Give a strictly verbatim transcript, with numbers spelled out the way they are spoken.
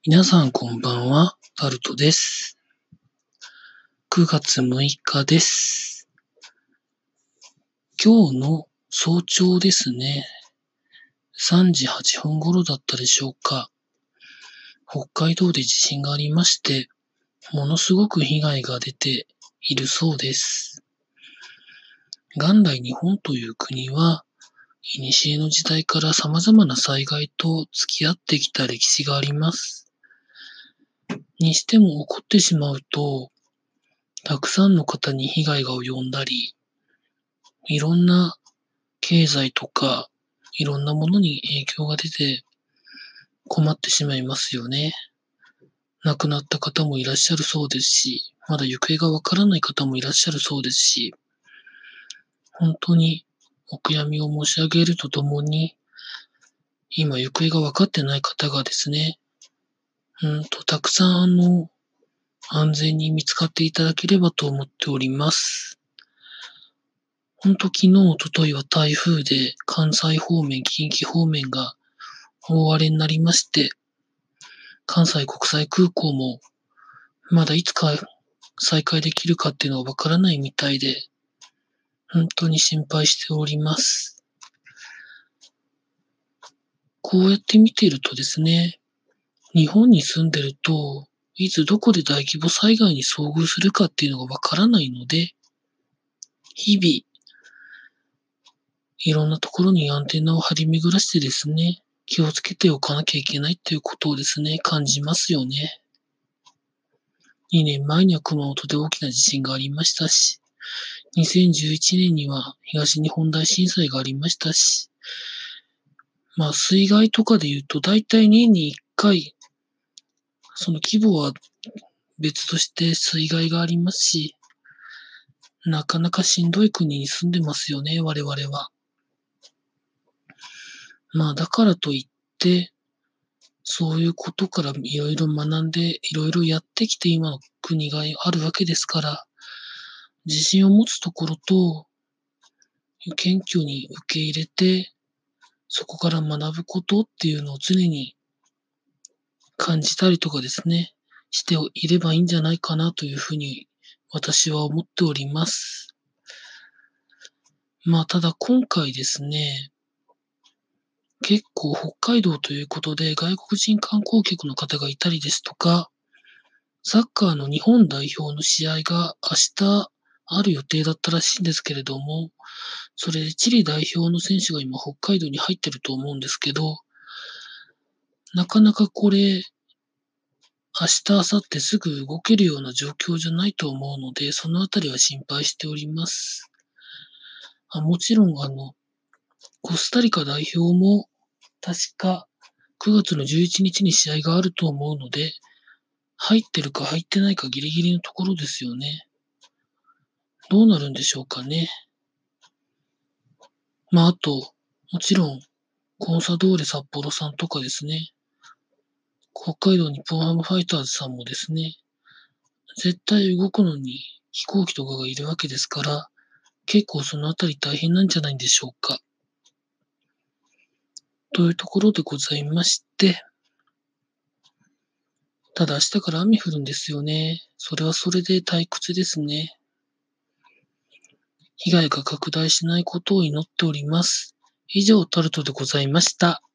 皆さんこんばんは、タルトです。くがつむいかです。今日の早朝ですね。さんじはっぷん頃だったでしょうか。北海道で地震がありまして、ものすごく被害が出ているそうです。元来日本という国は、古の時代から様々な災害と付き合ってきた歴史があります。にしても起こってしまうと、たくさんの方に被害が及んだり、いろんな経済とか、いろんなものに影響が出て困ってしまいますよね。亡くなった方もいらっしゃるそうですし、まだ行方がわからない方もいらっしゃるそうですし、本当にお悔やみを申し上げるとともに、今行方がわかってない方がですね、うんと、たくさんあの、安全に見つかっていただければと思っております。本当昨日、おとといは台風で関西方面、近畿方面が大荒れになりまして、関西国際空港もまだいつか再開できるかっていうのはわからないみたいで、本当に心配しております。こうやって見ているとですね、日本に住んでると、いつどこで大規模災害に遭遇するかっていうのがわからないので、日々、いろんなところにアンテナを張り巡らしてですね、気をつけておかなきゃいけないっていうことをですね、感じますよね。にねんまえには熊本で大きな地震がありましたし、にせんじゅういちねんには東日本大震災がありましたし、まあ水害とかで言うと大体年にいっかい、その規模は別として水害がありますし、なかなかしんどい国に住んでますよね、我々は。まあだからといって、そういうことからいろいろ学んで、いろいろやってきて今の国があるわけですから、自信を持つところと、謙虚に受け入れて、そこから学ぶことっていうのを常に感じたりとかですね、していればいいんじゃないかなというふうに私は思っております。まあただ今回ですね、結構北海道ということで外国人観光客の方がいたりですとか、サッカーの日本代表の試合が明日ある予定だったらしいんですけれども、それでチリ代表の選手が今北海道に入ってると思うんですけど、なかなかこれ、明日、明後日すぐ動けるような状況じゃないと思うので、そのあたりは心配しております。あもちろん、あの、コスタリカ代表も確かくがつのじゅういちにちに試合があると思うので、入ってるか入ってないかギリギリのところですよね。どうなるんでしょうかね。まあ、あと、もちろん、コンサドーレ札幌さんとかですね、北海道日本ハムファイターズさんもですね、絶対動くのに飛行機とかがいるわけですから、結構そのあたり大変なんじゃないんでしょうか。というところでございまして、ただ明日から雨降るんですよね。それはそれで退屈ですね。被害が拡大しないことを祈っております。以上、タルトでございました。